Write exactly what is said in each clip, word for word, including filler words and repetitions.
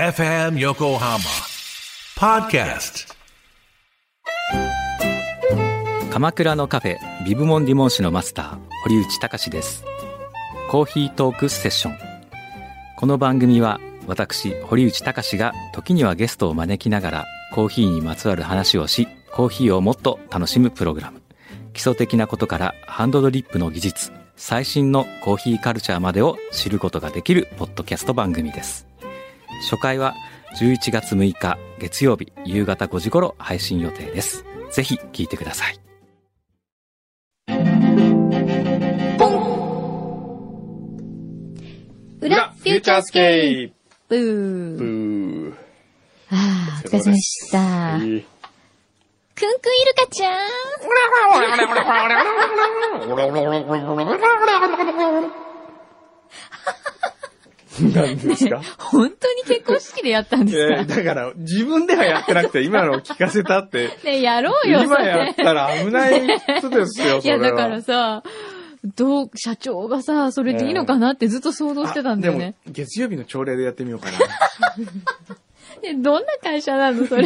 エフエム Yokohama Podcast。 鎌倉のカフェビブモンディモン市のマスター堀内隆です。コーヒートークセッション。この番組は私堀内隆が時にはゲストを招きながらコーヒーにまつわる話をし、コーヒーをもっと楽しむプログラム。基礎的なことからハンドドリップの技術、最新のコーヒーカルチャーまでを知ることができるポッドキャスト番組です。初回はじゅういちがつむいか月曜日夕方ごじ頃配信予定です。ぜひ聞いてください。 裏フューチャースケープ。 ブー。 ブー。 ああ、お疲れ様でした。くんくんイルカちゃん。 何ですか、 ね、本当に結婚式でやったんですか？ えー、だから自分ではやってなくて今のを聞かせたって。 ね、やろうよ。 今やったら危ない人ですよ。 いやだからさ、どう社長がさそれでいいのかなってずっと想像してたんだよね。 でも月曜日の朝礼でやってみようかな。 でどんな会社なのそれ。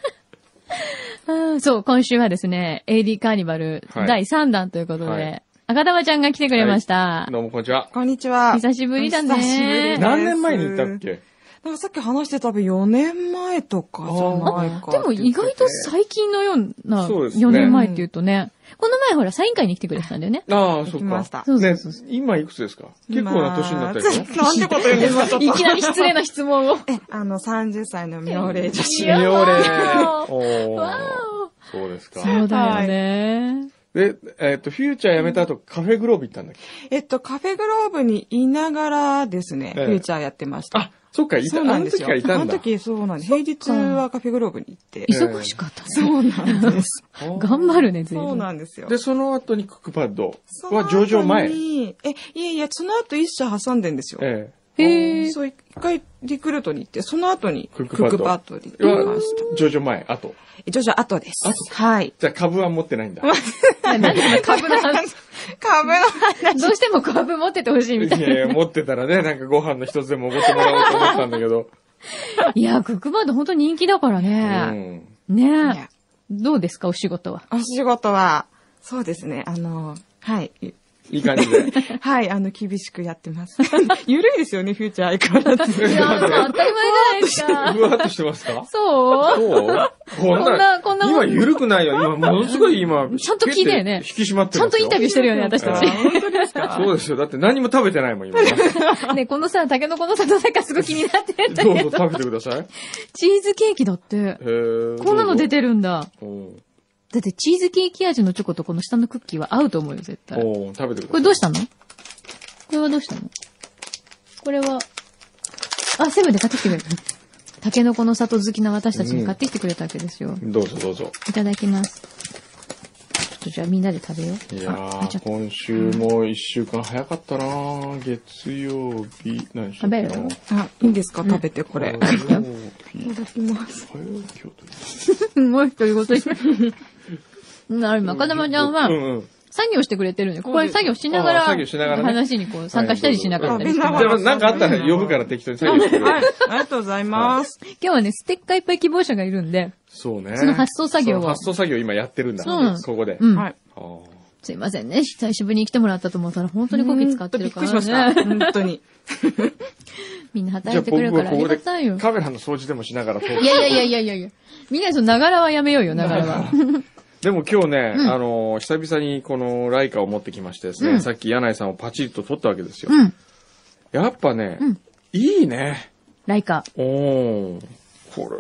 あ、そう今週はですね エーディー カーニバルだいさんだんということで。はい、赤玉ちゃんが来てくれました、 はい。どうもこんにちは。 こんにちは。 久しぶりだね。 久しぶりです。 何年前に行ったっけ？ なんかさっき話してたぶんよねんまえとかじゃないか。 でも意外と最近のようなよねんまえって言うとね。この前ほらサイン会に来てくれてたんだよね。 ああ、そっか。 ました。 そうそうそう。 ね、今いくつですか？結構な年になったでしょ？ なんてこと言うんですか？ いきなり失礼な質問を。 え、あのさんじゅっさいの妙齢女子。 妙齢。おー。 わー。 そうですか。 そうだよね。 で、えっと、フューチャー辞めた後、カフェグローブ行ったんだっけ？ えっと、カフェグローブにいながらですね、フューチャーやってました。 あ、そっか、いた、あの時からいたんだ。 あの時、そうなんです。平日はカフェグローブに行って。 忙しかったね。 そうなんです。 頑張るね、全部。 そうなんですよ。 で、その後にクックパッドは上場前。 え、いやいや、その後一社挟んでんですよ。 ええ。 へえ。 そう、一回リクルートに行って、その後にククックパッドに行きました。 上場前、後。 上場後です。はい。 じゃあ株は持ってないんだ。 何で株の話。 株の話。 どうしても株持っててほしいみたいな。 いやいや、持ってたらね、なんかご飯の一つでもおごってもらおうと思ったんだけど。 いや、クックパッド本当に人気だからね。うん、ねえ。どうですか、お仕事は。 お仕事は、そうですね、あの、はい。 いい感じで。 はい、あの、厳しくやってます。ゆるいですよね、フューチャー相変わらず。 いや、当たり前じゃないですか。 ふわっとしてますか？ そうそうこんな、こんな今ゆるくないよ。今、ものすごい今。 ちゃんと聞いたよね。 引き締まってる。 ちゃんとインタビューしてるよね、私たち。 本当ですか？ そうですよ。だって何も食べてないもん、今。 ね、このさ、タケノコの里なんかすごい気になってるんだけど。 どうぞ食べてください。 チーズケーキだって。へー。 こんなの出てるんだ。 うんだってチーズケーキ味のチョコとこの下のクッキーは合うと思うよ、絶対。 おー、食べてください。 これどうしたの？これはどうしたの？これは、あ、セブンで買ってきてくれた。タケノコの里好きな私たちに買ってきてくれたわけですよ。 うん、どうぞどうぞ。 いただきます。ちょっとじゃあみんなで食べよう。 いやー、今週も一週間早かったなー。月曜日、何し食べる？ あ、いいんですか？食べてこれ。いただきます。 すごい独り言してる。なる、赤玉ちゃんは、作業してくれてるんで、ここで作業しながら、 作業しながら話にこう参加したりしなかったりして。 じゃあ、なんかあったら呼ぶから適当に作業してくれ。 はい、ありがとうございます。 今日はね、ステッカーいっぱい希望者がいるんで、 そうね。 その発送作業を。 発送作業今やってるんだ。ここで。 はい。 すいませんね、久しぶりに来てもらったと思ったら本当にこき使ってるからね。 びっくりしました。本当に。 みんな働いてくれるからありがたいよ。 カメラの掃除でもしながら。 いやいやいやいやいやいや。みんなそのながらはやめようよ、ながらは。 でも今日ね、うん、あの、久々にこのライカを持ってきましてですね、うん、さっき柳井さんをパチッと撮ったわけですよ。うん、やっぱね、うん、いいね。 ライカ。 おー、これ。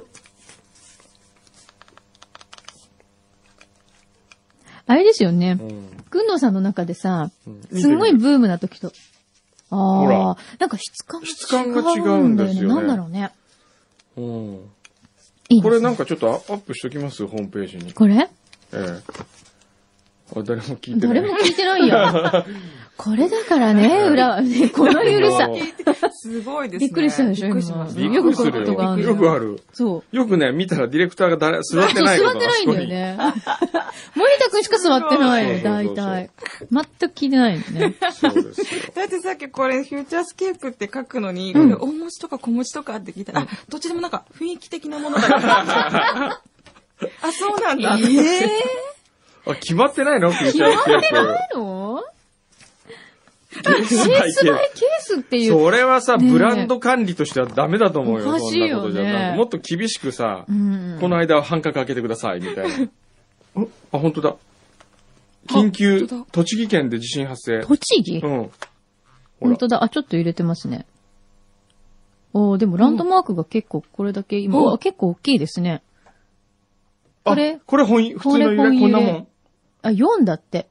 あれですよね。くんのさんの中でさ、すんごいブームな時と。ああ、なんか質感が違うんだよね。 質感が違うんですよね。 なんだろうね。 うん。いいこれなんかちょっとアップしときますホームページに。 これ？ ええ。あ、誰も聞いてない。 誰も聞いてないや。 これだからね、裏はね、このゆるさ。 すごいですね。 びっくりしたでしょ、 びっくりしました。 びっくりするよ。 よくあるよくある。 そう。 よくね、見たらディレクターが誰座ってないそう座ってないんだよね。森田くんしか座ってないのよ、 そうそうそう大体。全く聞いてないのね。 そうですよ。 だってさっきこれ、フューチャースケープって書くのに、 うんこれ大文字とか小文字とかって聞いたら、あ、どっちでもなんか雰囲気的なものだな。あ、そうなんだ。 ええあ、決まってないのフューチャースケープ。 ーのケーケースバイケースっていう。 それはさ、 ねえブランド管理としてはダメだと思うよ。 おかしいよねそんなことじゃなくもっと厳しくさ、 うんこの間は半角開けてください、みたいな。んあ、本当だ。緊急本当だ、 栃木県で地震発生。 栃木うん。ほら。 本当だ。あ、ちょっと揺れてますね。おー、でもランドマークが結構これだけ今、 うんあ結構大きいですね。これあこれ本、普通の揺れこれ本揺れこんなもん。 あ、よんだって。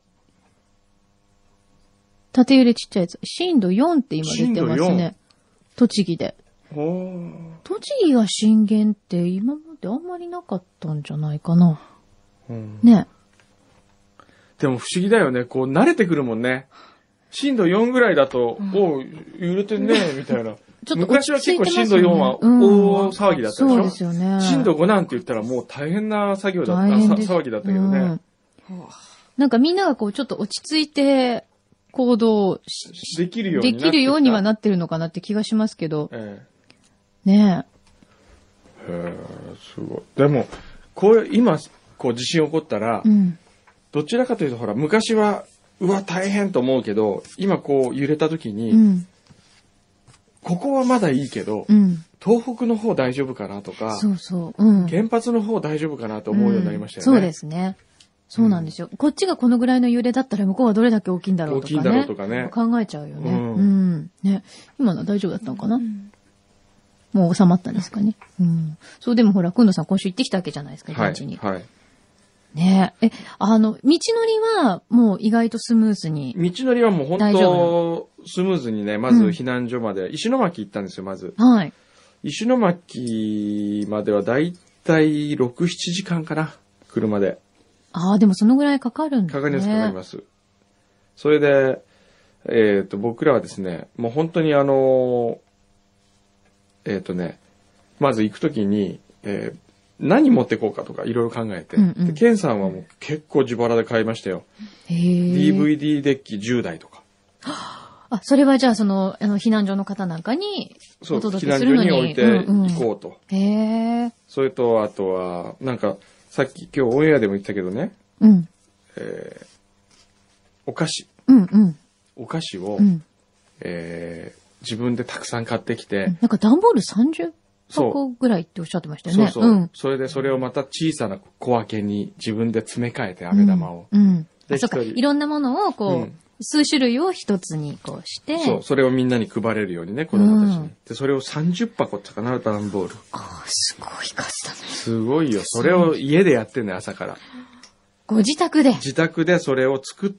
縦揺れちっちゃいやつ。震度よんって今出てます震度よんね。栃木で。 おー栃木が震源って今まであんまりなかったんじゃないかな。 うんね。 でも不思議だよね。こう慣れてくるもんね。震度よんぐらいだと、おう、揺れてんね、みたいな。 ちょっと昔は結構落ち着いてます震度よんはよねうん大騒ぎだったでしょ、 そうですよね。 震度ごなんて言ったらもう大変な作業だった、 大変ですさ騒ぎだったけどね。 うんなんかみんながこうちょっと落ち着いて行動しできるようになってきた。 できるようにはなってるのかなって気がしますけど。 えねえ。へえ、すごい。でも、こういう、今、こう地震起こったら、 え。うん。 どちらかというとほら、昔は、うわ、大変と思うけど、今こう揺れた時に、 うん。 ここはまだいいけど、 うん。 東北の方大丈夫かなとか、 そうそう。うん。 原発の方大丈夫かなと思うようになりましたよね。 うんそうですね。そうなんですよ。こっちがこのぐらいの揺れだったら向こうはどれだけ大きいんだろうとかね。 大きいんだろうとかね考えちゃうよね。 ううんん。ね。今のは大丈夫だったのかな、もう収まったんですかね。うん。そう、でもほら、くんのさん今週行ってきたわけじゃないですか、 はい現地に。 はい。 ねえ。え、あの、道のりはもう意外とスムーズに。 道のりはもう本大丈当スムーズにね、まずうん避難所まで、石巻行ったんですよ、まず。 はい。 石巻まではだいたいろく、ななじかんかな、車で。 ああ、でもそのぐらいかかるんだね。 かかります、かかります。それで、えっ、と、僕らはですね、もう本当にあの、えっ、とね、まず行くときに、えー何持ってこうかとかいろいろ考えて、 うんうんでケンさんはもう結構自腹で買いましたよ。 へえ。 ディーブイディー デッキじゅうだいとか。 あ、それはじゃあその、あの、避難所の方なんかにそう、 お届避難けするのに。 所に置いてうんうん行こうと。 へえ。 それと、あとは、なんか、さっき今日オンエアでも言ったけどね、 うん。 えーお菓子、 うんうん。 お菓子を、 うん。 えー自分でたくさん買ってきて、 なんか段ボールさんじゅうそう箱ぐらいっておっしゃってましたよね。 そうそう、 ん。 それでそれをまた小さな小分けに自分で詰め替えて、飴玉を。 うん。うん。 であ、そうか。 一人いろんなものをこう、 うん数種類を一つにこうして。 そう、それをみんなに配れるようにね、子供たちに。 うんで、それをさんじゅっぱこってかな、段ボール。 あーすごい数だね。 すごいよ。それを家でやってんね、朝から。 ご自宅で。 自宅でそれを作って、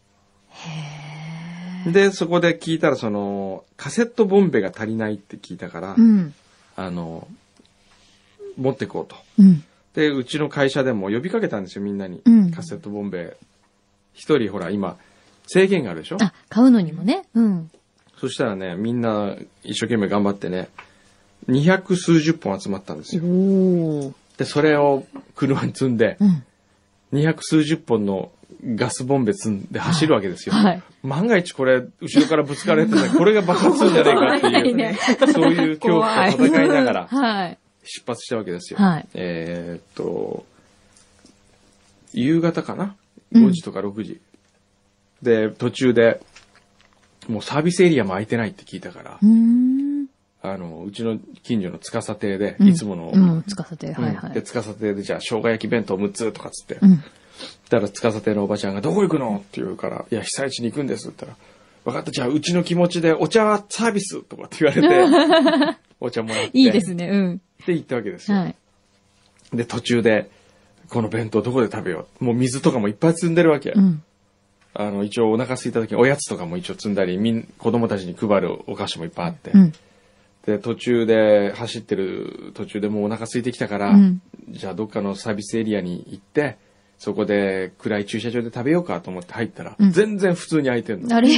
で、そこで聞いたら、その、カセットボンベが足りないって聞いたから、 うん。 あの、持ってこうと。 うん。 で、うちの会社でも呼びかけたんですよ、みんなに。 うんカセットボンベ。一人、ほら、今、制限があるでしょ。 あ、買うのにもね。うん。 そしたらね、みんな一生懸命頑張ってね、二百数十本集まったんですよ。 おー。 で、それを車に積んで、 うん。 二百数十本のガスボンベ積んで走るわけですよ。 はい。 万が一これ、後ろからぶつかれてね、これが爆発するんじゃないかっていう、 怖いねそういう恐怖と戦いながらはい。 出発したわけですよ。 はいえーっと、夕方かなうん ?ごじとかろくじ。で、途中で、もうサービスエリアも空いてないって聞いたから、 うーん。 あの、うちの近所の司亭で、 うんいつもの、 うん、つかさて、 うんはいはい。 で、司亭で、じゃあ、生姜焼き弁当むっつとかっつって、 うん。 だから、司亭のおばちゃんが、どこ行くのって言うから、いや、被災地に行くんですって言ったら、分かった、じゃあ、うちの気持ちで、お茶はサービスとかって言われて、お茶もらって、 いいですね、うん。 で、行ったわけですよ。 はい。 で、途中で、この弁当どこで食べよう。もう水とかもいっぱい積んでるわけ。 うん。 あの、一応お腹空いた時におやつとかも一応積んだり、みん、子供たちに配るお菓子もいっぱいあって。 うん。 で、途中で、走ってる途中でもうお腹空いてきたから、 うんじゃあどっかのサービスエリアに行って、 そこで暗い駐車場で食べようかと思って入ったら、 うん全然普通に空いてるの。 あれで、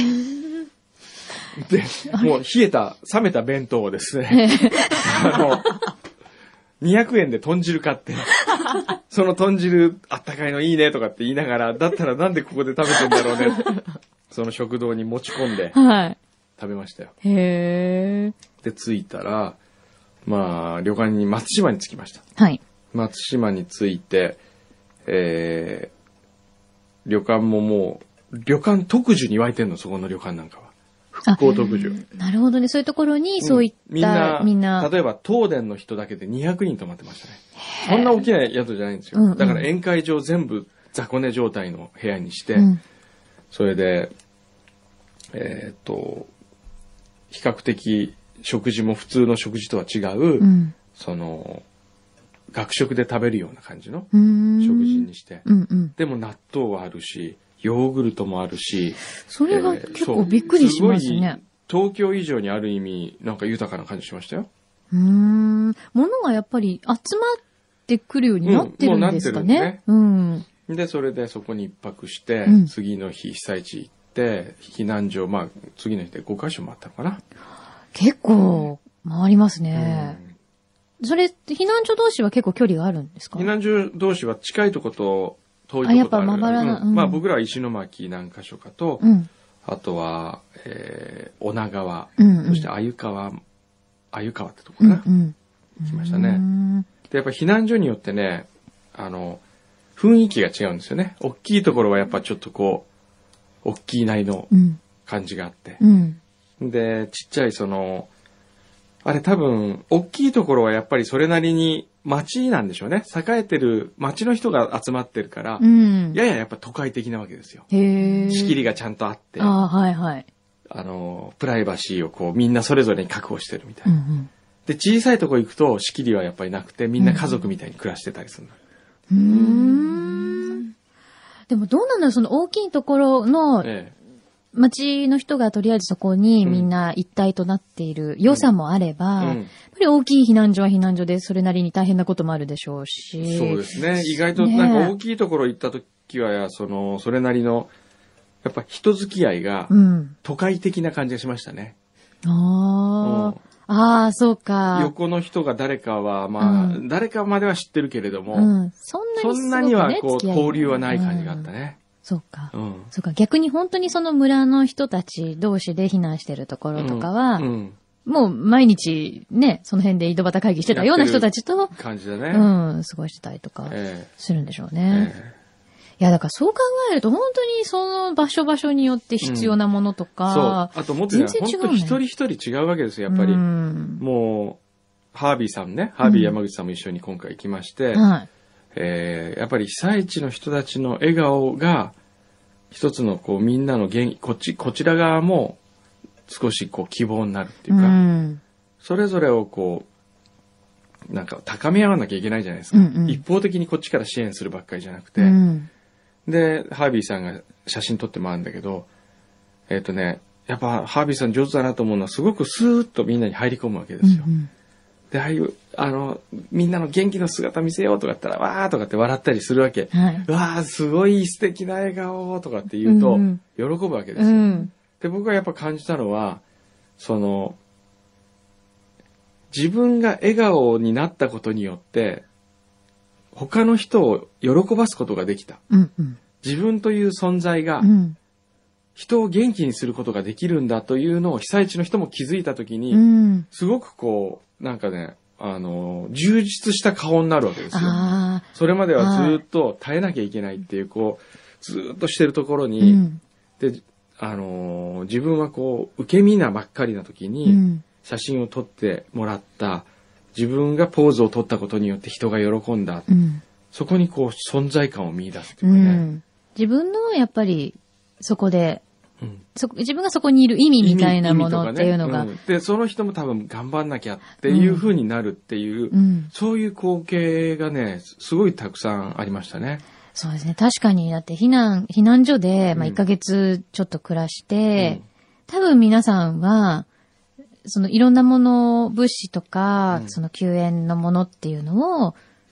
もう冷えた、冷めた弁当をですね、あの、にひゃくえんで豚汁買って、その豚汁あったかいのいいねとかって言いながら、だったらなんでここで食べてんだろうね。その食堂に持ち込んではい。 食べましたよ。 へー。 で、着いたら、まあ、旅館に松島に着きました。 はい。 松島に着いて、えー、旅館ももう、旅館特需に湧いてんの、そこの旅館なんかは。復興特需。 なるほどね。そういうところに、そういった、 みんな、 みんな。 例えば東電の人だけでにひゃくにん泊まってましたね。そんな大きな宿じゃないんですよ。 うんうんだから宴会場全部雑魚寝状態の部屋にして、 うんそれで、えーっと、比較的食事も普通の食事とは違う、 うんその、学食で食べるような感じのうーん食事にして、 うんうん。 でも納豆はあるし、ヨーグルトもあるし、 それがえー結構びっくりしますね。 そうすごい東京以上にある意味、なんか豊かな感じしましたよ。 うーん。物がやっぱり集まってくるようになってるんですかね。うん。 で、それでそこに一泊して、 うん次の日被災地行って、避難所、まあ、次の日でごか所もあったのかな。 結構回りますね。それ、避難所同士は結構距離があるんですか？ 避難所同士は近いとこと遠いとことがある。 あやっぱまばらなうんうんまあ僕らは石巻何箇所かと、 うん。 あとは、えー、女川、 うんうんそして鮎川、鮎川ってとこかな。 うんうん。 来ましたうーね。 んで、やっぱ避難所によってね、あの、雰囲気が違うんですよね。大きいところはやっぱちょっとこう、大きいなりのうん。 感じがあって。 うん。 で、ちっちゃいその、あれ多分、大きいところはやっぱりそれなりに町なんでしょうね。栄えてる町の人が集まってるから、 うん。 やややっぱ都会的なわけですよ。 へえ。 仕切りがちゃんとあって、 ああ、はいはい。 あの、プライバシーをこうみんなそれぞれに確保してるみたいな。 うんうん。 で、小さいとこ行くと仕切りはやっぱりなくて、みんな家族みたいに暮らしてたりするの。 うーん。でもどうなんだろう、その大きいところのえ町の人がとりあえずそこにみんな一体となっている良さもあれば、 うんやっぱり大きい避難所は避難所でそれなりに大変なこともあるでしょうし。 そうですね。意外とねえなんか大きいところ行った時は、その、それなりの、やっぱ人付き合いがうん。 都会的な感じがしましたね。 ああ。ああ、そうか。 横の人が誰かは、まあ、 うん誰かまでは知ってるけれども、 うん。そんなにすごく、ね、 そんなにはこう、 付き合い交流はない感じがあったね。 そうか。 うん。 そうか。逆に本当にその村の人たち同士で避難してるところとかは、 うんうんもう毎日ね、その辺で井戸端会議してたような人たちと、 感じだね。 うん、過ごしてたりとかえするんでしょうえね。 えいや、だからそう考えると本当にその場所場所によって必要なものとえか、 そう。あともっと言う全然違うね本当一人一人違うわけですよ、やっぱり。 うんもう、ハービーさんね、ハービー山口さんも一緒に今回行きまして、 はい。 えーやっぱり被災地の人たちの笑顔が、一つのこうみんなの元気、こっち、こちら側も少しこう希望になるっていううか、 ん。 それぞれをこう、なんか高め合わなきゃいけないじゃないですか。 うんうん一方的にこっちから支援するばっかりじゃなくて、 うん。 で、ハービーさんが写真撮ってもらうんだけど、えっ、とね、やっぱハービーさん上手だなと思うのはすごくスーッとみんなに入り込むわけですよ。 うんで、ああいう、あの、みんなの元気の姿見せようとか言ったら、わーとかって笑ったりするわけ。 はい。 うわー、すごい素敵な笑顔とかって言うと、 うん喜ぶわけですよ。 うん。 で、僕がやっぱ感じたのは、その、自分が笑顔になったことによって、他の人を喜ばすことができた。 うん。うん。 自分という存在がうん。 人を元気にすることができるんだというのを被災地の人も気づいたときに、 うん。 すごくこう、なんかね、あの、充実した顔になるわけですよ。 あそれまではずっと耐えなきゃいけないっていう、こう、ずっとしてるところあ。うに、 ん。 で、あのー自分はこう、受け身なばっかりな時うに、 ん。 写真を撮ってもらった、自分がポーズを撮ったことによって人が喜んだ。 うん。 そこにこう、存在感を見出すってういうかね。 ん。自分のやっぱり、そこで、 うんそ自分がそこにいる意味みたいなものっていうのが。 意味とかねうんで、その人も多分頑張んなきゃっていう風になるっていう、 うん。 そういう光景がね、すごいたくさんありましたね。 そうですね。確かに、だって避難、避難所で、まあ、 うんいっかげつちょっと暮らして、多分皆さんは、そのいろんなもの、物資とか、 うんその救援のものっていうのを、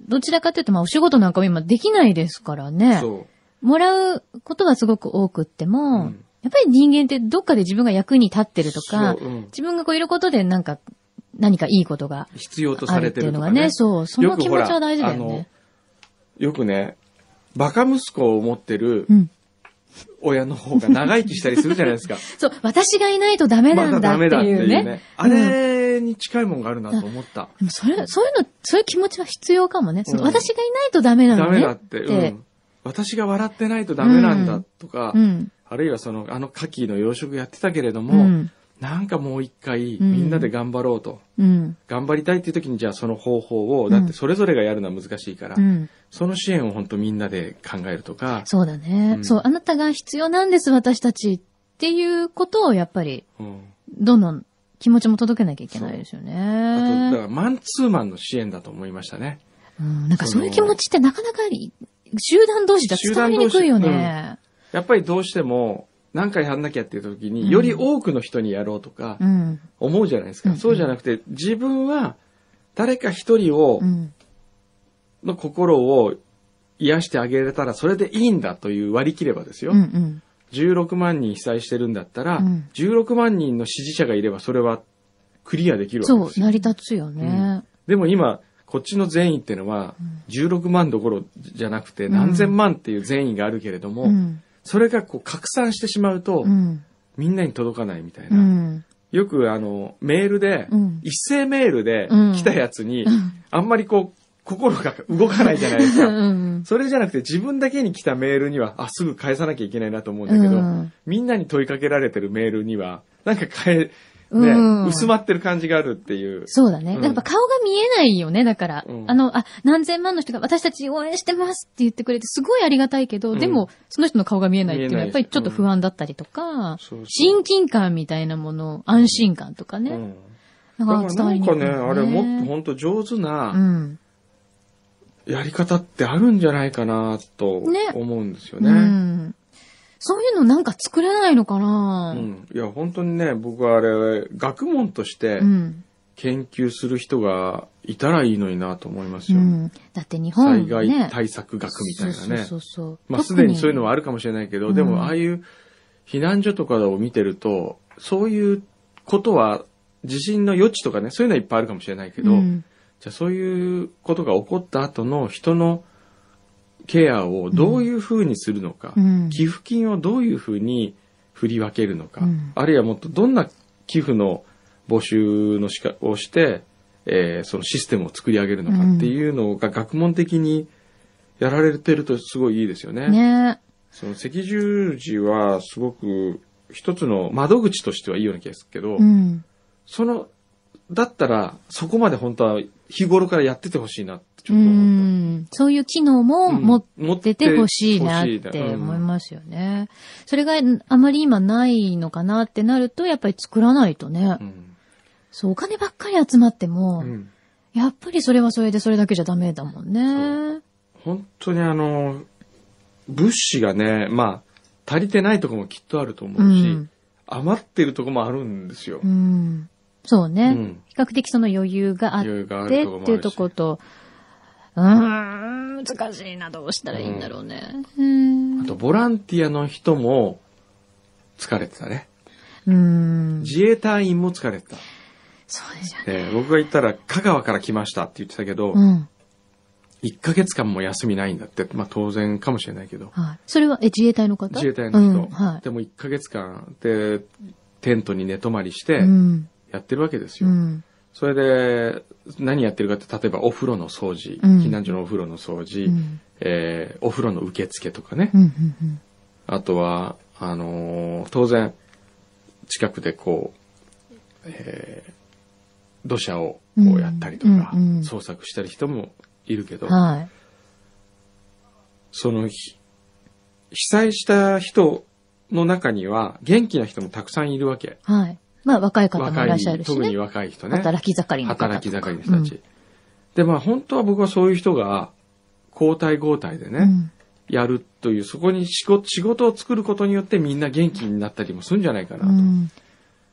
どちらかというと、まあお仕事なんかも今できないですからね。 そう。 もらうことはすごく多くっても、 うんやっぱり人間ってどっかで自分が役に立ってるとか、 そううん、 自分がこういることでなんか、何かいいことが必要とさあるってれてるとかね。 いうのがね、そう、その気持ちは大事だよよくほらね。 あのよくね、バカ息子を持ってるうん。 親の方が長生きしたりするじゃないですか。 そう、私がいないとダメなまだんだってダメだっていいううね。 ね。 あれに近いもんがあるなと思った。 でもそれ、そういうの、そういう気持ちは必要かもね。そのうん私がいないとダメなダのね。 メだって、うん。私が笑ってないとダメなんだとか、 うん。 あるいはその、あの牡蠣の養殖やってたけれどうも、 ん。 なんかもう一回うんみんなで頑張ろうと。 うん。 頑張りたいっていう時にじゃあその方法を、だってそれぞれがやるのは難しいから、 うん。 その支援を本当みんなで考えるとか、 そうだね、 うんそう、あなたが必要なんです、私たちっていうことをやっぱり、 うん、 どんどん気持ちも届けなきゃいけないですよあと、だかね。 らマンツーマンの支援だと思いましたね。 うん、なんかそういう気持ちってなかなか集団同士じゃ伝わりにくいよね。 やっぱりどうしても、何回やんなきゃっていう時に、 うんより多くの人にやろうとか、 うん。 思うじゃないですか。 うんそうじゃなくて、自分は誰か一人を、 うん。 の心を癒してあげれたらそれでいいんだという割り切ればですよ。 うんうん。 じゅうろくまんにん被災してるんだったら、 うんじゅうろくまんにんの支持者がいればそれはクリアできるわけそう、 ですよ。 成り立つよね。 でも今、こっちの善意っていうのは、じゅうろくまんどころじゃなくて何千万っていう善意があるけれども、 うん。 それがこう拡散してしまうと、 うん。 みんなに届かないみたいうな。 ん。 よくあの、メールで、 うん一斉メールでうん来たやつに、 うんあんまりこう、心が動かないじゃないですうか。 ん。 それじゃなくて自分だけに来たメールには、あ、すぐ返さなきゃいけないなと思うんだけど、 うんみんなに問いかけられてるメールには、なんか変え、ね、 うん薄まってる感じがあるっていう。 そうだね。 うんやっぱ顔が見えないよね、だから。 うんあの、あ、何千万の人が私たち応援してますって言ってくれて、すごいありがたいけど、 うんでも、その人の顔が見えないっていうのは、 見えないやっぱりちょっと不安だったりとか、 そうそう親近感みたいなもの、安心感とかね。 うんなだからんか伝わりにくい、 なんかね、あれもっと本当上手う。 なんやり方ってあるんじゃないかなとね思うんですようね。 ん。そういうのなんか作れないのかなうん、いや、本当にね、僕はあれ、学問としてうん。 研究する人がいたらいいのになと思いますよ。 うん。だって日本災ね。 害対策学みたいなね。 そうそうそう。 まあ、すでにそういうのははあるかもしれないけど、 うんでも、ああいう避難所とかを見てると、そういうことは、地震の余地とかね、そういうのはいっぱいあるかもしれないけど、 うんじゃあそういうことが起こった後の人のケアをどういうふうにするのか、 うん寄付金をどういうふうに振り分けるのか、 うんあるいはもっとどんな寄付の募集のしかをして、えーそのシステムを作り上げるのかっていうのが学問的にやられてるとすごいいいですよね。 ねその赤十字はすごく一つの窓口としてはいいような気がするけど、 うん。 その、だったらそこまで本当は日頃からやっててほしいなってちょうっと思った。 ん。そういう機能もうん持っ持ててほしいなっ欲しいてな思いますよね。それがあまり今ないのかなってなると、やっぱり作らないとね。 うんそう、お金ばっかり集まっても、 うんやっぱりそれはそれでそれだけじゃダメだもんね。 本当にあの、物資がね、まあ、足りてないところもきっとあると思うし、 うん余ってるところもあるんですよ。 うん。そうね。 うん比較的その余裕があって余裕があってるところもあるしいうとこと、うーん、難しいな、どうしたらいいんだろうね。うん。 あと、ボランティアの人も疲れてたね。 うん。 自衛隊員も疲れてた。 そうですよね。 で僕が言ったら、香川から来ましたって言ってたけど、 うん。 いっかげつかんも休みないんだって、まあ当然かもしれないけど、 はい。それは、え、自衛隊の方自衛隊の人、 うん、はい。 でもいっかげつかんで、テントに寝泊まりしてうん。 やってるわけですよ。 うん。 それで、何やってるかって、例えばお風呂の掃除、 うん避難所のお風呂の掃除、 うんえーお風呂の受付とかね。 うん。うん。 あとは、あのー当然、近くでこう、えー土砂をこうやったりとか、 うんうんうん捜索したり人もいるけど、 はい。 そのひ被災した人の中には元気な人もたくさんいるわけ。 はい。まあ、若い方もい若らっしゃるし特にね。 若い人ね。 働き盛りの方とか。 働き盛りの人たち。で、まあ本当は僕はそういう人が交代交代でね、 うん。 やるという、そこに仕事仕事を作ることによってみんな元気になったりもするんじゃないかなと。 うん。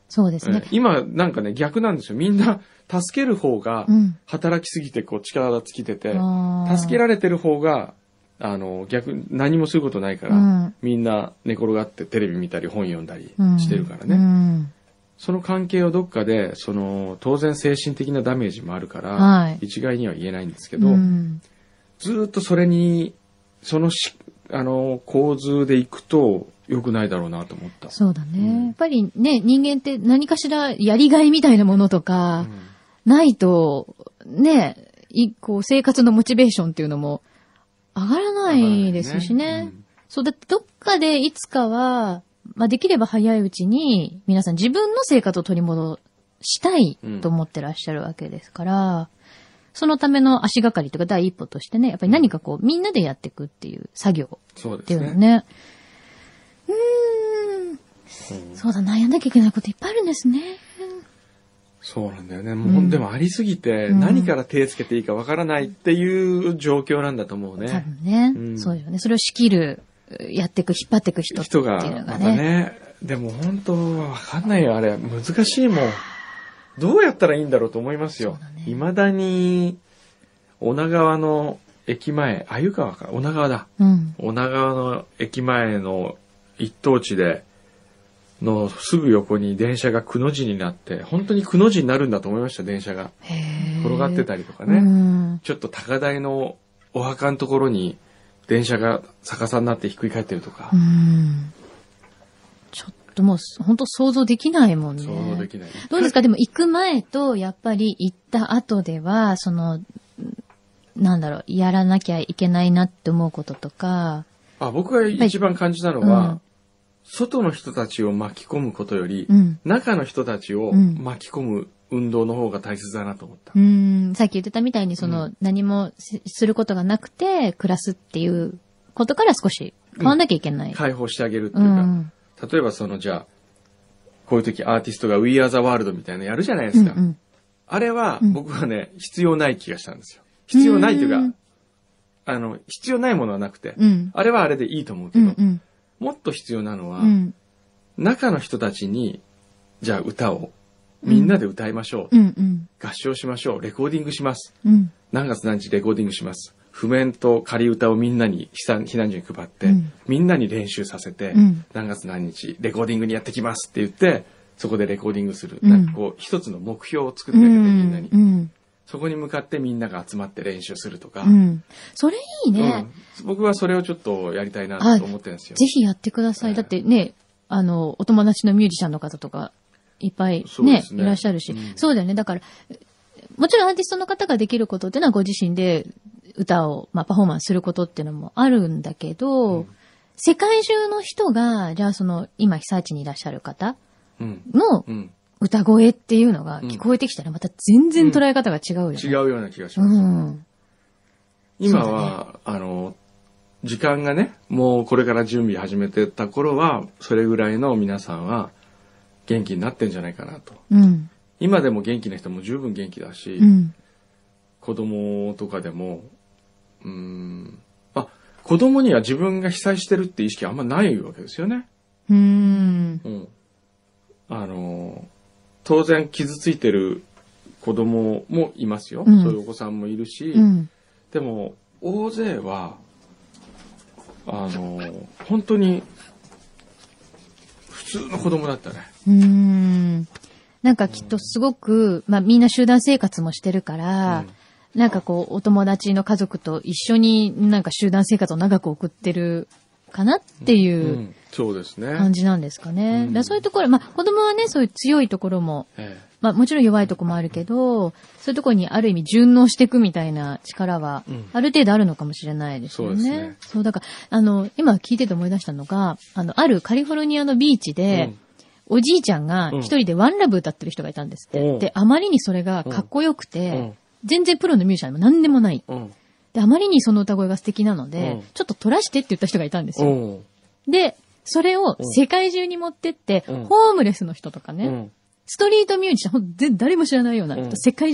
そうですねえ。今なんかね、逆なんですよ。みんな助ける方がうん。 働きすぎてこう力尽きてて、 あー助けられてる方が、あの、逆に何もすることないから、 うんみんな寝転がってテレビ見たり本読んだりうんしてるからね。 うん。 その関係をどっかで、その、当然精神的なダメージもあるから、 はい一概には言えないんですけど、 うんずーっとそれに、そのし、あの、構図でいくと良くないだろうなと思った。 そうだね、 うんやっぱりね、人間って何かしらやりがいみたいなものとか、 うんないと、ね、いこう生活のモチベーションっていうのも上がらないですしね。そう、だってどっかでいつかは、まあできれば早いうちに皆さん自分の生活を取り戻したいと思ってらっしゃるわけですから、そのための足がかりとか第一歩としてね、やっぱり何かこうみんなでやっていくっていう作業そうってですね。 いうのね。うーん。そうだ、悩んなきゃいけないこといっぱいあるんですね。 そうなんだよね。もう、 うんでもありすぎて、 うん何から手つけていいかわからないっていう状況なんだと思う多ね。 分ね、 うんそうよね。それを仕切る、やっていく、引っ張っていく人っていう人が、 のがまたね。 ね、でも本当わかんないよ、あれ。難しいもん。どうやったらいいんだろうと思いますよそうだね。 未だに、女川の駅前、あゆ川か、女川だ。 うん。 女川の駅前の一等地で、のすぐ横に電車がくの字になって、本当にくの字になるんだと思いました、電車が。 へー転がってたりとかうね。 ん。 ちょっと高台のお墓のところに電車が逆さになってひっくり返ってるとかう。ん。ちょっともう、本当想像できないもんね。 想像できない。 どうですかでも行く前と、やっぱり行った後では、その、なんだろう、やらなきゃいけないなって思うこととか。 あ、僕が一番感じたのは、 うん外の人たちを巻き込むことより、 うん。 中の人たちをうん巻き込む運動の方が大切だなと思った。 うん、さっき言ってたみたいに、その、 う何もしすることがなくて、暮らすっていうことから少し変わんなきゃいけない。 解放してあげるってういうか、 ん。 例えばその、じゃあ、こういう時アーティストが We Are the World みたいなのやるじゃないですか。 うんうん。 あれは、 うん僕はね、必要ない気がしたんですよ。必要ないというか、 うんあの、必要ないものはなくて、 うん。 あれはあれでいいと思うけど、 うんうん。 もっと必要なのは、 うん。 中の人たちに、じゃあ歌をみんなで歌いましょう。 うんうん。 合唱しましょう。レコーディングします。 うん。 何月何日レコーディングします。譜面と仮歌をみんなに避難避難所に配って、 うんみんなに練習させて、 うん何月何日レコーディングにやってきますって言って、そこでレコーディングする。 うんなんかこう、一つの目標を作っうてあげて、みんなに。 ん。 そこに向かってみんなが集まって練習するとか。 うん。それいいね。 うん僕はそれをちょっとやりたいなと思ってるんですよ。 ぜひやってください。 ええだってね、あの、お友達のミュージシャンの方とか、いっぱいね、 そうですねいらっしゃるし、 うんそうだよね。だから、もちろんアーティストの方ができることっていうのはご自身で歌を、まあ、パフォーマンスすることっていうのもあるんだけど、 うん世界中の人が、じゃあその、今被災地にいらっしゃる方うん。 のうん。 歌声っていうのが聞こえてきたら、また全然捉え方が違うよね。 違うような気がしうます。 ん。 今は、あの、時間がね、もうこれから準備始めてた頃は、それぐらいの皆さんは元気になってんじゃないかなと。 うん。 今でも元気な人も十分元気だし、 うん。 子供とかでも、うーん、あ、子供には自分が被災してるって意識あんまないわけですよね。 うーん。 うん。あの、当然傷ついてる子供もいますよ。 うんそういうお子さんもいるし、 うん。 でも、大勢は、あの、本当に、普通の子供だったね。 うーん。なんかきっとすごく、まあみんな集団生活もしてるから、なんかこう、お友達の家族と一緒になんか集団生活を長く送ってるかなってうん、 いううんそうですね。 感じなんですかね。 うんだからそういうところ、まあ子供はね、そういう強いところも、 えまあもちろん弱いところもあるけど、そういうところにある意味順応していくみたいな力はうん、 ある程度あるのかもしれないですよね。 そうですねそう、だから、あの、今聞いてて思い出したのが、あの、あるカリフォルニアのビーチえで、おじいちゃんが一人でワンラブ歌ってる人がいたんですって。 うんで、あまりにそれがかっこよくうてん、 全然プロのミュージシャンでも何でもない。 うん。うん。 で、あまりにその歌声が素敵なので、 うんちょっと撮らしてって言った人がいたんですよ。 うん。 で、それを世界中に持ってって、 うんホームレスの人とかね、 うん。 ストリートミュージシャン、ほんと全誰も知らないような、 うん世界中の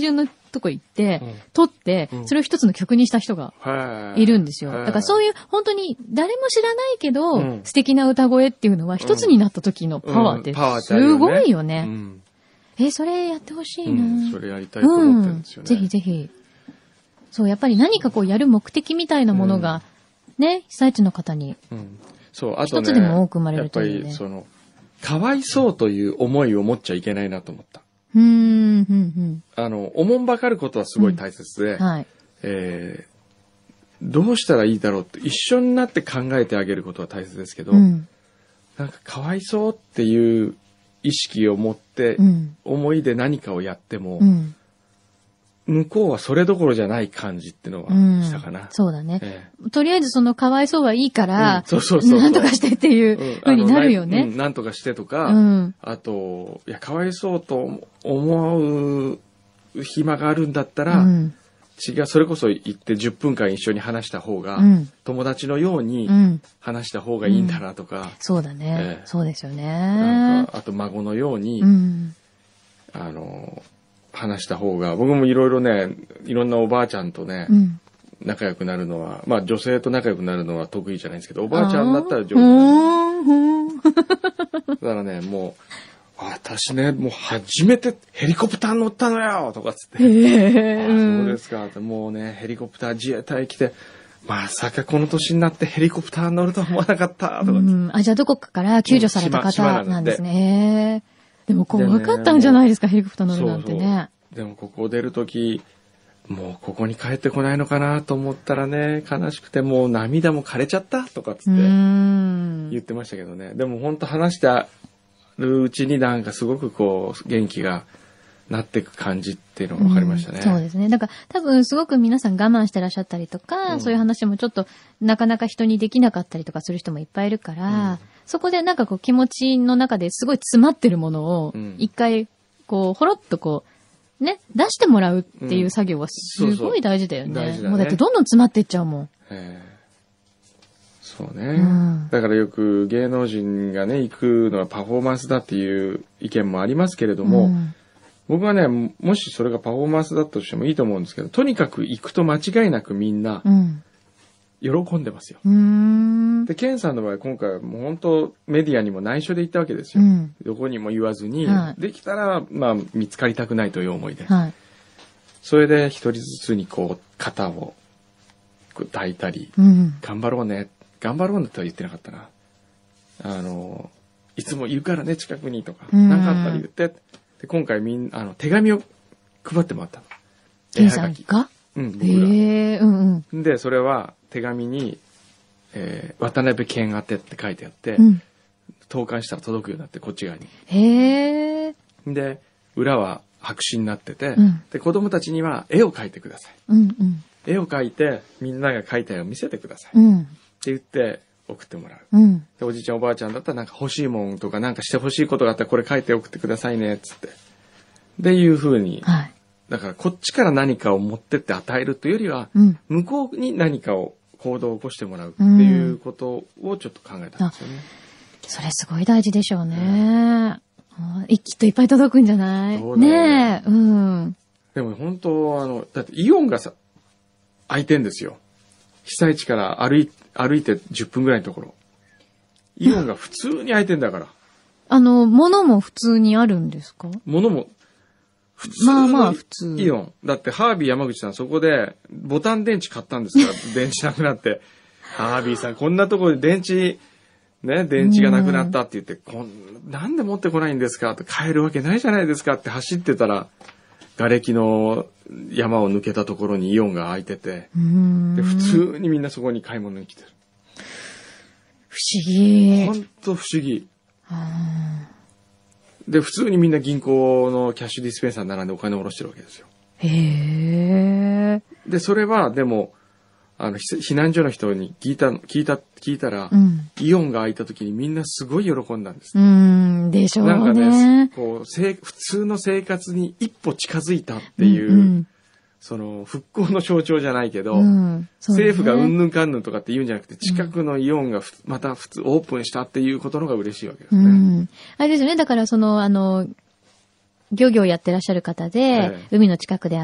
とこ行って、 うん撮って、 うんそれを一つの曲にした人がはいいるんですよ。 はいだからそういう、本当に誰も知らないけど、 うん素敵な歌声っていうのは一つになった時のパワーってうんパワーってあるよねすごいよね。 うんえ、それやってほしいな、 うんそれやりたいと思ってるんですよね。 ぜひぜひ。そう、やっぱり何かこうやる目的みたいなものが、ね、被災地の方に。 うんそう、あとね、 一つでも多く生まれるといいねやっぱり、その、かわいそうという思いを持っちゃいけないなと思った。 うーん、ふんふん。 あの、おもんばかることはすごい大切で、 はい。 えーどうしたらいいだろうって一緒になって考えてあげることは大切ですけど、 うん。 なんかかわいそうっていう意識を持って、 うん。 思いで何かをやっても、 うん。 向こうはそれどころじゃない感じっていうのはうん。 したかな。 そうだね。 えとりあえずそのかわいそうはいいかえら、 うんそうそうそうそうなんとかしてっていううん風になるよあのね。 うんなんとかしてとか、 うん。 あと、いや、かわいそうと思う暇があるんだったら、 うん。 違う、それこそ行ってじゅっぷんかん一緒に話した方が、 うん。 友達のようにうん。 話した方がいいんだなとか、 そうだね。 ええそうですよね。 なんか、あと孫のように、 うん。 あの、話した方が、僕もいろいろね、いろんなおばあちゃんとね、 うん。 仲良くなるのは、まあ女性と仲良くなるのは得意じゃないんですけど、おばあちゃんだったら上手うなんでーん。 す。だからね、もう、私ね、もう初めてヘリコプター乗ったのよとかっつって。 へえ。 あそうですかって。もうね、ヘリコプター自衛隊来て、まさかこの年になってヘリコプター乗るとは思わなかったとかっつって。 うん。あ、じゃあどこかから救助されたうん島島方なんですなんね。へえ。でも怖でねかったんじゃないですか、ヘリコプター乗るなんてね。 でもここを出るとき、もうここに帰ってこないのかなと思ったらね、悲しくてもう涙も枯れちゃったとかっつうってん。 言ってましたけどね。でも本当話してるうちになんかすごくこう元気がなっていく感じっていうのが分かりましたね。 うんそうですね。だから多分すごく皆さん我慢してらっしゃったりとか、 うんそういう話もちょっとなかなか人にできなかったりとかする人もいっぱいいるから、 うんそこでなんかこう気持ちの中ですごい詰まってるものをうん一回こうほろっとこうね、出してもらうっていう作業はすごい大事だよね。 うんそうそう大事だねもうだってどんどん詰まっていっちゃうもん。 ええそうね、 うんだからよく芸能人がね、行くのはパフォーマンスだっていう意見もありますけれども、 ん僕はね、もしそれがパフォーマンスだったとしてもいいと思うんですけど、とにかく行くと間違いなくみんなうん。 喜んでますよ。 うーん。 で、ケンさんの場合今回はもう本当メディアにも内緒で行ったわけですよ。 うん。 どこにも言わずに、 はいできたら、まあ、見つかりたくないという思いで。 はい。 それで一人ずつにこう、肩をこう抱いたり、 うん。 頑張ろうね。頑張ろうねとは言ってなかったな。あの、いつもいるからね、近くにとか、 うん何かあったら言って。で、今回みんな、あの、手紙を配ってもらったの。 ケンさんがうん、僕へえ、うんうん。 ら。で、それは手紙に、えー渡辺健宛てって書いてあって、 うん。 投函したら届くようになって、こっち側に。 へえ。 で、裏は白紙になってて、 うんで、子供たちには絵を描いてください。 うんうん。 絵を描いて、みんなが描いた絵を見せてください。ってうん。 言って送ってもらう。 うん。 で、おじいちゃんおばあちゃんだったらなんか欲しいもんとかなんかして欲しいことがあったらこれ書いて送ってくださいね、つって。で、いう風に、 はい。 だからこっちから何かを持ってって与えるというよりは、 うん。 向こうに何かを行動を起こしてもらうっていうことをちょっと考えたんですよね。 それすごい大事でしょうね。あいきっといっぱい届くんじゃないそうだよねねえ。うん。 でも本当、あの、だってイオンがさ、空いてんですよ。被災地から歩い、歩いてじゅっぷんぐらいのところ。イオンが普通に空いてんだから。 あの、物も普通にあるんですか？ 物も、普通まあまあの普通イオン。だってハービー山口さんそこでボタン電池買ったんですから、電池なくなって。ハービーさんこんなところで電池、ね、電池がなくなったって言って、こんなんで持ってこないんですかって買えるわけないじゃないですかって走ってたら、瓦礫の山を抜けたところにイオンが空いてて、 うーん。 で、普通にみんなそこに買い物に来てる。 不思議。 ほんと不思議。 あで、普通にみんな銀行のキャッシュディスペンサーに並んでお金を下ろしてるわけですよ。 ーへえ。 で、それはでも、あの、ひ避難所の人に聞いた、聞いた、聞いたら、 うん。 イオンが開いた時にみんなすごい喜んだんです。 うーん、でしょうね。 なんかね、こう、せい普通の生活に一歩近づいたっていう、 うんその、復興の象徴じゃないけど、 うんうんそうだね政府がうんぬんかんぬんとかって言うんじゃなくて、近くのイオンがふまた普通オープンしたっていうことのが嬉しいわけですうね。 ん。あれですよね。だからその、あの、漁業やってらっしゃる方で、 ええ海の近くであの、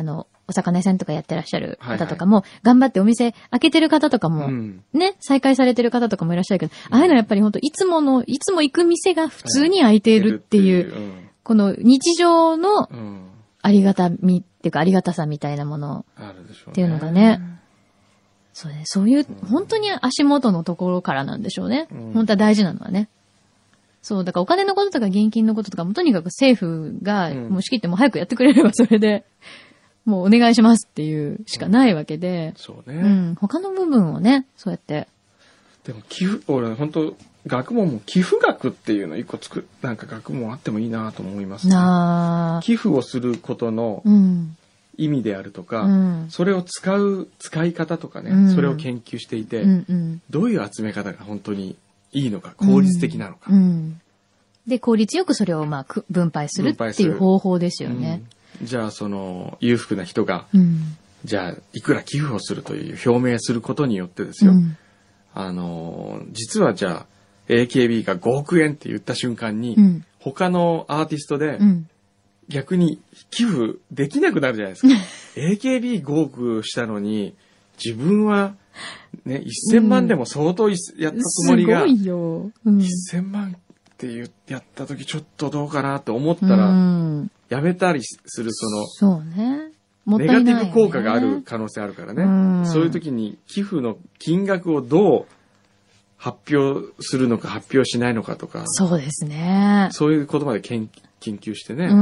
お魚屋さんとかやってらっしゃる方とかも、はいはい、頑張ってお店開けてる方とかも、うん、ね、再開されてる方とかもいらっしゃるけど、うん、ああいうのはやっぱり本当いつもの、いつも行く店が普通に開いているっていう、はい、うん、この日常のありがたみっていうかありがたさみたいなものっていうのがね、そうね、そういう、本当に足元のところからなんでしょうね。うん、本当は大事なのはね。そう、だからお金のこととか現金のこととかもとにかく政府がもう仕切っても早くやってくれればそれで、もうお願いしますっていうしかないわけで。うん、 そうね。 うん。他の部分をね、そうやって。 でも寄付、俺本当学問も寄付額っていうの一個作る、なんか学問あってもいいなと思いますね。な寄付をすることの意味であるとか、うん、それを使う使い方とかね、うん、それを研究していて、うんうん、どういう集め方が本当にいいのか、効率的なのか。うんうん、 で、効率よくそれをまあ分配するっていう方法ですよね。 うん、じゃあその裕福な人が、うん、じゃあいくら寄付をするという表明することによってですよ、うん、あの実はじゃあ エーケービー がごおくえんって言った瞬間に、うん、他のアーティストで逆に寄付できなくなるじゃないですか。エーケービーごおくしたのに自分はね、せんまんでも相当やったつもりが、うん、すごいよ。うん、せんまんって言やった時ちょっとどうかなと思ったら、うん、やめたりするその、 そうね。 もったいないね。ネガティブ効果がある可能性あるからね。うん、そういう時に寄付の金額をどう発表するのか発表しないのかとか。 そうですね。 そういうことまで研究してね。うん。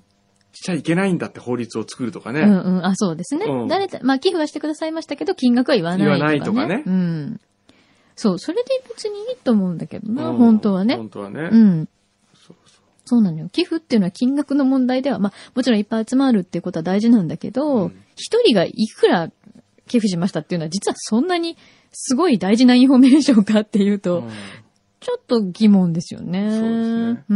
しちゃいけないんだって法律を作るとかね。 うんうん。あ、そうですね。うん、誰だ、まあ寄付はしてくださいましたけど、金額は言わないとかね。 言わないとかね。 うん。そう、それで別にいいと思うんだけどな、うん、本当はね。 本当はね。 うん。そうそう。そうなのよ。寄付っていうのは金額の問題では、まあもちろんいっぱい集まるっていうことは大事なんだけど、一、うん、人がいくら寄付しましたっていうのは実はそんなにすごい大事なインフォメーションかっていうと、うん、ちょっと疑問ですよね。 そうですね。うん。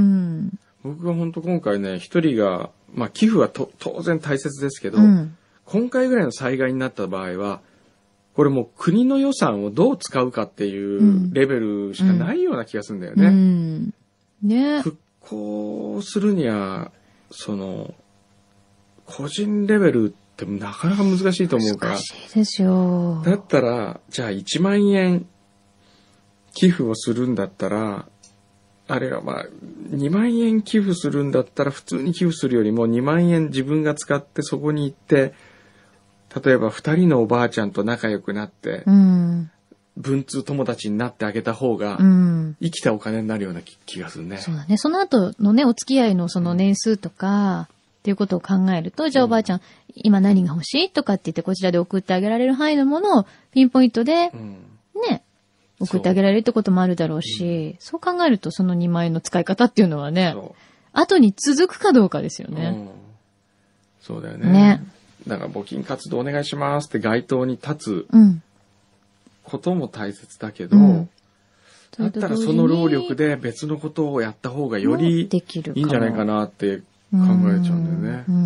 僕は本当今回ね、一人が、まあ寄付はと当然大切ですけど、うん、今回ぐらいの災害になった場合は、これもう国の予算をどう使うかっていうレベルしかないような気がするんだよね。うんうんね、復興するには、その、個人レベルってなかなか難しいと思うから。 難しいですよ。 だったら、じゃあいちまんえん寄付をするんだったら、あれはまあ、にまんえん寄付するんだったら普通に寄付するよりもにまんえん自分が使ってそこに行って、例えばふたりのおばあちゃんと仲良くなって、うん、文通友達になってあげた方が、うん、生きたお金になるような 気, 気がするね。 そうだね。その後のね、お付き合いのその年数とか、っていうことを考えると、じゃあおばあちゃん、うん、今何が欲しいとかって言ってこちらで送ってあげられる範囲のものをピンポイントで、うん、ね、送ってあげられるってこともあるだろうし、そう、うん、そう考えるとそのにまんえんの使い方っていうのはね、後に続くかどうかですよね。うん、 そうだよね。ね。だから募金活動お願いしますって街頭に立つことも大切だけど、うん、だったらその労力で別のことをやった方がよりいいんじゃないかなって考えちゃうんだよね。うんうん、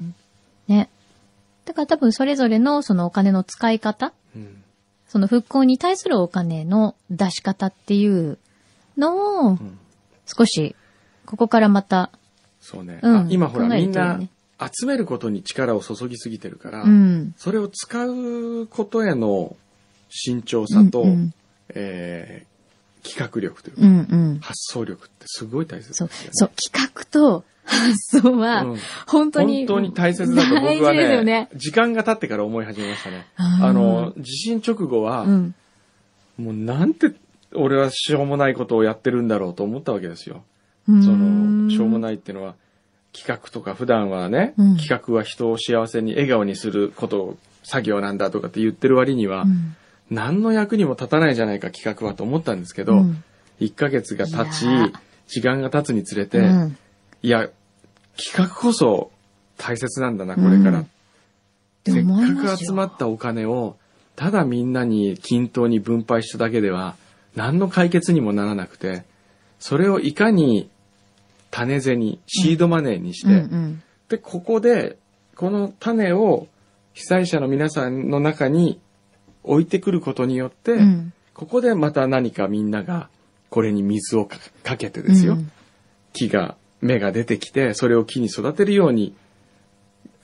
ね。だから多分それぞれのそのお金の使い方、うん、その復興に対するお金の出し方っていうのを少しここからまた、 そうね。うん、今ほらみんな集めることに力を注ぎすぎてるから、うん、それを使うことへの慎重さと、うんうん、えー、企画力というか、うんうん、発想力ってすごい大切ですよね。 そう、そう、企画と発想は、うん、本当に、 本当に大切だと僕はね、ね時間が経ってから思い始めましたね。あの、地震直後は、うん、もうなんて俺はしょうもないことをやってるんだろうと思ったわけですよ。その、しょうもないっていうのは、企画とか普段はね、うん、企画は人を幸せに笑顔にすることを作業なんだとかって言ってる割には、うん、何の役にも立たないじゃないか企画はと思ったんですけど、うん、いっかげつが経ち時間が経つにつれて、うん、いや企画こそ大切なんだなこれから、うん、せっかく集まったお金をただみんなに均等に分配しただけでは何の解決にもならなくて、それをいかに種銭、シードマネーにして、うんうんうん、で、ここで、この種を被災者の皆さんの中に置いてくることによって、うん、ここでまた何かみんながこれに水を か, かけてですよ、うん、木が、芽が出てきて、それを木に育てるように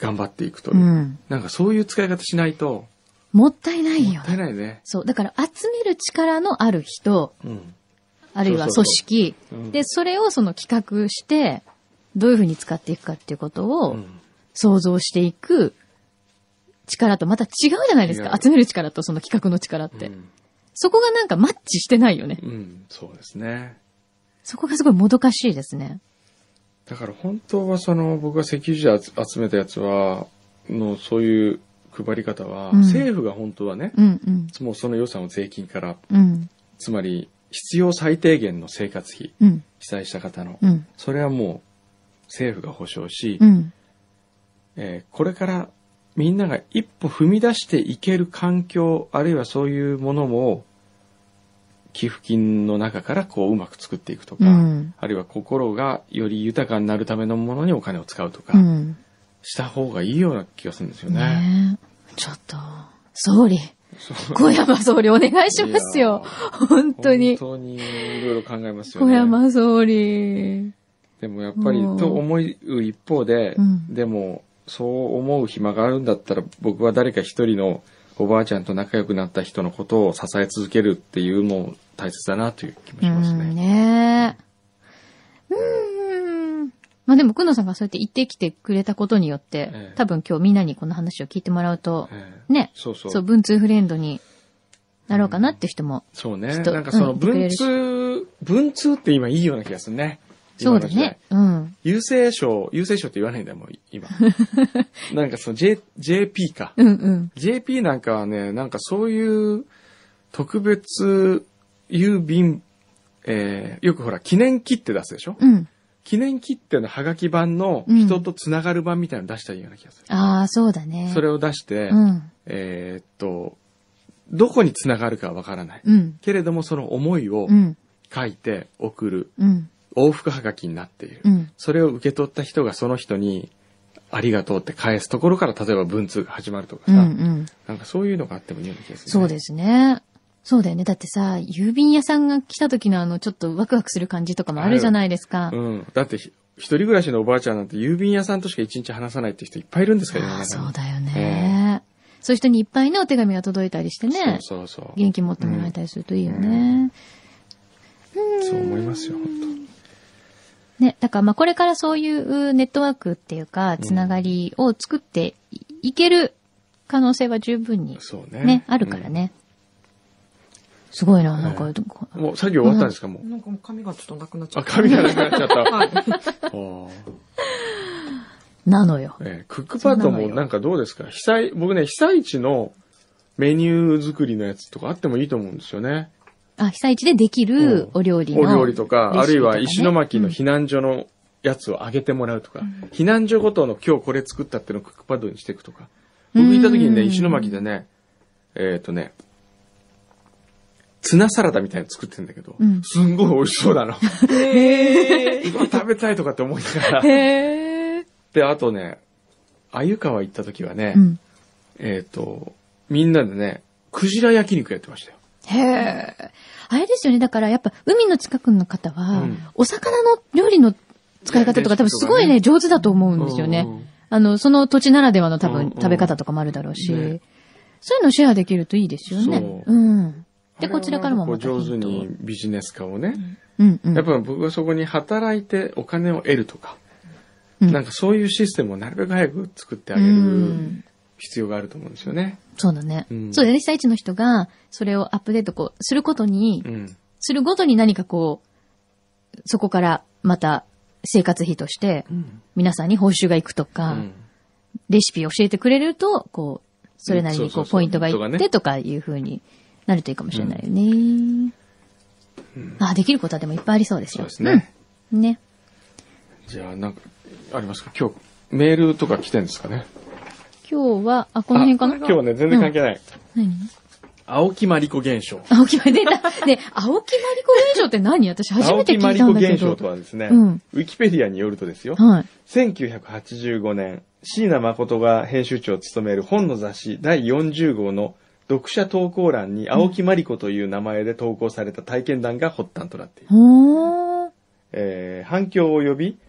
頑張っていくという、 うん。 なんかそういう使い方しないと、 もったいないよね。 もったいないね。 そう。だから集める力のある人、 うん。 あるいは組織、 そうそうそううんで、それをその企画して、どういうふうに使っていくかっていうことうをん想像していく力とまた違うじゃないですか。 違う集める力とその企画の力って。 うんそこがなんかマッチしてないよね。 うん、そうですね。 そこがすごいもどかしいですね。 だから本当はその僕が赤十字で集めたやつは、のそういう配り方は、 うん政府が本当はね、 うんうん。 もうその予算を税金から、 うん。 つまり必要最低限の生活費、 うん。 被災した方の、 うん。 それはもう政府が保障し、 うん。 えーこれからみんなが一歩踏み出していける環境、あるいはそういうものも、寄付金の中からこううまく作っていくとか、 うんあるいは心がより豊かになるためのものにお金を使うとか、 うん。 した方がいいような気がするんですよね。 ねえ。ちょっと、総理、 そう小山総理お願いしますよ。本当に。 本当にいろいろ考えますよね。 小山総理。 でもやっぱりうんと思う一方で、 うんでもそう思う暇があるんだったら僕は誰か一人のおばあちゃんと仲良くなった人のことを支え続けるっていうのも大切だなという気もしますうんね。 ねえ。うーん。まあでも、くんのさんがそうやって言ってきてくれたことによって、 ええ多分今日みんなにこの話を聞いてもらうと、 ええね、 そうそう。 そう、文通フレンドになろうかなって人も、 そうね。 きっとなんかそのうん言ってくれ文るし通、文通って今いいような気がするね。 そうだ今の時代ね。うん。 郵政省、郵政省って言わないんだよ、もう今。なんかその J、ジェーピー か。 うんうん。 ジェーピー なんかはね、なんかそういう特別郵便、えーよくほら、記念切手出すでしょ、 うん。 記念切手のハガキ版の人とつながる版みたいなの出したらいいような気がする。 ああ、そうだね。 それを出して、 うん。 えーっと、どこにつながるかはわからない。 うん。 けれどもその思いをうん。 書いて送るうん。 往復ハガキになっている。 うん。 それを受け取った人がその人にありがとうって返すところから例えば文通が始まるとかうん。うさ、 ん。 なんかそういうのがあってもいいような気がする、ね。 そうですね。そうだよね。だってさ、郵便屋さんが来た時のあの、ちょっとワクワクする感じとかもあるじゃないですか。 うん。だってひ一人暮らしのおばあちゃんなんて郵便屋さんとしか一日話さないって人いっぱいいるんですからああ、 ね。 そうだよね。そういう人にいっぱいね、お手紙が届いたりしてね、 そうそうそう。 元気持ってもらえたりするといいよね。 そう思いますよ、本ね、だからまあこれからそういうネットワークっていうか、つながりを作っていける可能性は十分に当。そうね。 ね、あるからね。すごいな、なんか、 うんもう作業終わったんですか、もう。 なんかもう髪がちょっとなくなっちゃあ、 った。 紙がなくなっちゃった。 はい。 おーなのよ。 えークックパッドもなんかどうですか被災、僕ね、被災地のメニュー作りのやつとかあってもいいと思うんですよね。 あ、被災地でできるお料理の、 お料理とか、あるいは石巻の日。 避難所のやつをあげてもらうとか、避難所ごとの今日これ作ったっていうのをクックパッドにしていくとか。僕行った時にね、 うん石巻でね、えっ、とね、ツナサラダみたいなの作ってるんだけど、 うんすんごい美味しそうなの。 へー。 うわ食べたいとかって思いながら。 へー。 で、あとね、鮎川行った時はね、 うん。 えっ、と、みんなでね、クジラ焼肉やってましたよ。 へえ。あれですよね。だからやっぱ海の近くの方は、 うんお魚の料理の使い方とか多分すごいね、上手だと思うんですよね。 うんあの、その土地ならではの多分うんうん食べ方とかもあるだろうし、 ねそういうのシェアできるといいですよね。 そううん。で、こちらからもまたこう上手ヒントをにビジネス化をね、 うんうん。 やっぱ僕はそこに働いてお金を得るとか、 うんなんかそういうシステムをなるべく早く作ってあうげるん必要があると思うんですよね。 そうだね。 うんそうだね。被災地の人が、それをアップデートこう、することに、 うん。 するごとに何かこう、そこからまた生活費として、皆さんに報酬がいくとか、 うんレシピを教えてくれると、こう、それなりにこう、 うんそうそうそうポイントがいっとかねてとかいう風になるといいかもしれないよね。あ、できることはでもいっぱいありそうですよ。 そうですね。 うん。ね。 じゃあ、なんか、ありますか今日、メールとか来てるんですかね今日は、あ、この辺かなあ今日はね、全然関係ない。 何青木まりこ現象。 青木まり、出た。ね、青木まりこ現象って何私初めて聞いたんだけど。 青木まりこ現象とはですね、 うんウィキペディアによるとですよ、 はい。 せんきゅうひゃくはちじゅうごねん、椎名誠が編集長を務める本の雑誌だいよんじゅうごうの読者投稿欄に青木まりこという名前で投稿された体験談が発端となっている。 ほー。 えー反響を呼び、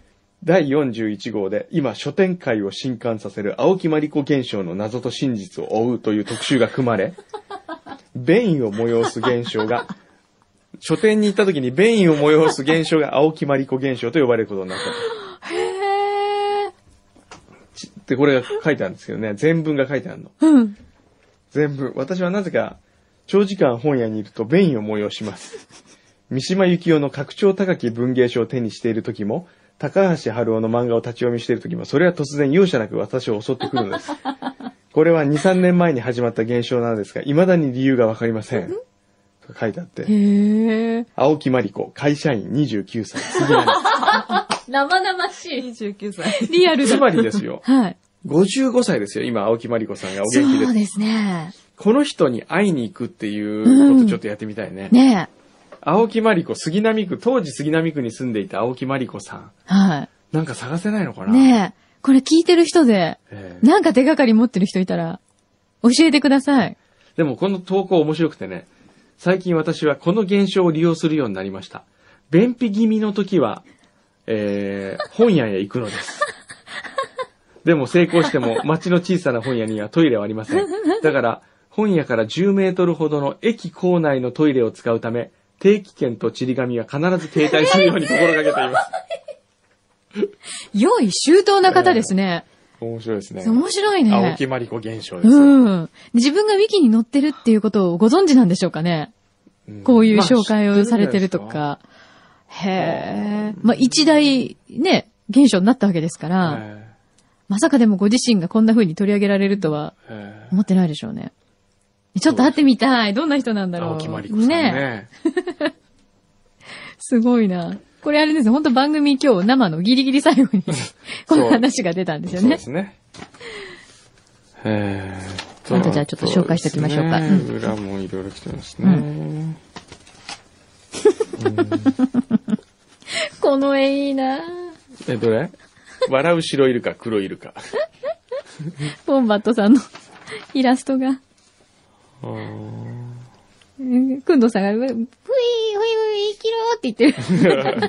だいよんじゅういち号で今書店界を震撼させる青木まりこ現象の謎と真実を追うという特集が組まれ、便意を催す現象が、書店に行った時に便意を催す現象が青木まりこ現象と呼ばれることになった。 へー。 で、これが書いてあるんですけどね、全文が書いてあるの。 うん。 全文。私はなぜか長時間本屋にいると便意を催します。三島由紀夫の格調高き文芸書を手にしている時も、高橋春夫の漫画を立ち読みしている時も、それは突然容赦なく私を襲ってくるのです。これはに、さんねんまえに始まった現象なのですが、未だに理由がわかりません。と書いてあって。 へー。 青木まりこ、会社員にじゅうきゅうさい、杉並。 生々しい。 にじゅうきゅうさい。 リアルだ。 つまりですよ。 はい。 ごじゅうごさいですよ、今、青木まりこさんがお元気で。 そうですね。 この人に会いに行くっていうことちょっとやってみたいね。 うん、ねえ。 青木まりこ、杉並区、当時杉並区に住んでいた青木まりこさん。 はい。 なんか探せないのかな。 ねえ。これ聞いてる人で、 えー、 なんか手がかり持ってる人いたら、教えてください。 でもこの投稿面白くてね、最近私はこの現象を利用するようになりました。便秘気味の時は、えー、本屋へ行くのです。でも成功しても街の小さな本屋にはトイレはありません。だから本屋からじゅうメートルほどの駅構内のトイレを使うため、定期券とちり紙は必ず携帯するように心がけています。 良い周到な方ですね。 えー、面白いですね。 面白いね。 青木まりこ現象です。 うん。自分がウィキに載ってるっていうことをご存知なんでしょうかね。うん、こういう紹介をされてるとか。まあ、へえ。まあ一大ね、現象になったわけですから、まさかでもご自身がこんな風に取り上げられるとは思ってないでしょうね。ちょっと会ってみたい。どんな人なんだろう。 青木まりこさんね。 ねすごいな。これあれです。本当番組今日生のギリギリ最後にこの話が出たんですよね。 そうですね。えー、 あとじゃあちょっと紹介しておきましょうか。 ね、裏もいろいろ来てますね。うんうん、この絵いいな。 え、どれ？笑う白イルカ、黒イルカ。 ボンバットさんのイラストが。くんどさんが、ふい、ふい、ふい、生きろって言ってる。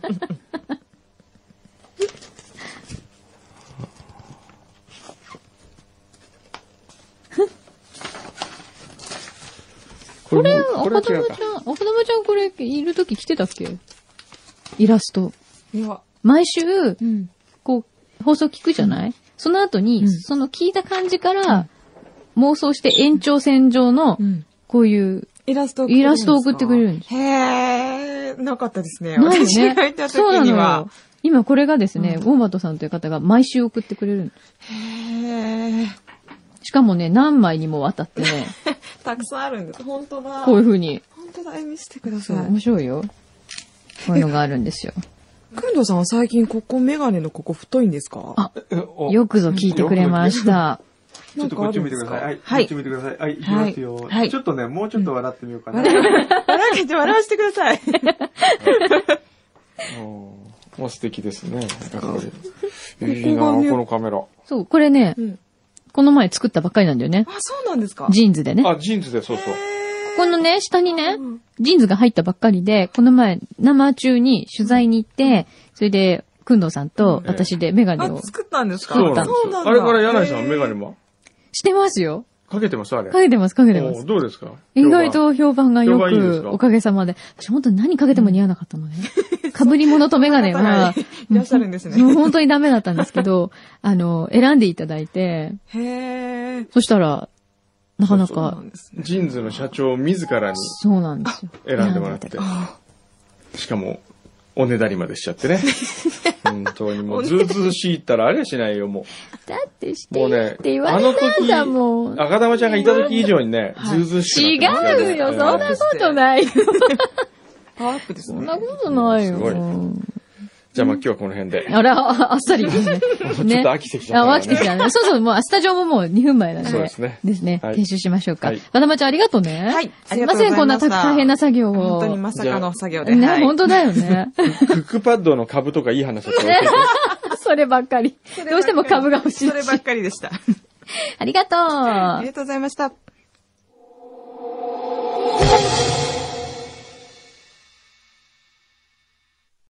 これ、赤玉ちゃん、赤玉ちゃんこれ、いるとき来てたっけ？イラスト。 いや。 毎週、うん、こう、放送聞くじゃない？うん、その後に、うん、その聞いた感じから、うん、妄想して延長線上の、こういう、イラストを送ってくれるんです。 へー、なかったですね。 ないよね。 私がいた時には。 今これがですね、うん、ウォンバットさんという方が毎週送ってくれるんです。 へー。 しかもね、何枚にもわたってね。 たくさんあるんです。本当だ。 こういう風に。 本当だ、見せてください。 面白いよ。こういうのがあるんですよ。 くんどうさんは最近ここ、メガネのここ太いんですか？ あ、よくぞ聞いてくれました。 ちょっとこっち見てください。はい。こっち見てください。はい、いきますよ。はい。ちょっとね、もうちょっと笑ってみようかな。 笑って、笑わせてください。 もう素敵ですね。やっぱり。いいなこのカメラ。 そう、これね、この前作ったばっかりなんだよね。 あ、そうなんですか？ ジーンズでね。 あ、ジーンズで、そうそう。 このね、下にね、ジーンズが入ったばっかりで、この前、生中に取材に行って、それで、くんどうさんと私でメガネを。 あ、作ったんですか？ そうなんですよ。あれから柳井さんメガネもしてますよ。 かけてますあれ。 かけてます、かけてます。 どうですか？ 意外と評判がよく、おかげさまで。私本当に何かけても似合わなかったのね。被り物とメガネは、 いらっしゃるんですね。 もう本当にダメだったんですけど、あの、選んでいただいて、 へー。 そしたら、なかなか。 ジーンズの社長自らに。 そうなんですよ。 選んでもらって。しかも、おねだりまでしちゃってね。本当にもう、ずうずうしいったらあれはしないよ、もう。 だってしていいって言われたんだもん。 赤玉ちゃんがいた時以上にね、ずうずうしい。 違うよ、そんなことないよ。 パワーアップですね。 そんなことないよ。 じゃあまあ今日はこの辺で。 あら、あっさりですね。 ちょっと飽きてきちゃった。 あ、飽きてきたね。そうそう、もうスタジオももうにふんまえなんで。 そうですね。 ですね。編集しましょうか。和田まちゃんありがとうね。 はい。 すいません、こんな大変な作業を。 本当にまさかの作業で。 ね、本当だよね。 クックパッドの株とかいい話だったね。 そればっかり。どうしても株が欲しい。 そればっかりでした。 ありがとう。 ありがとうございました。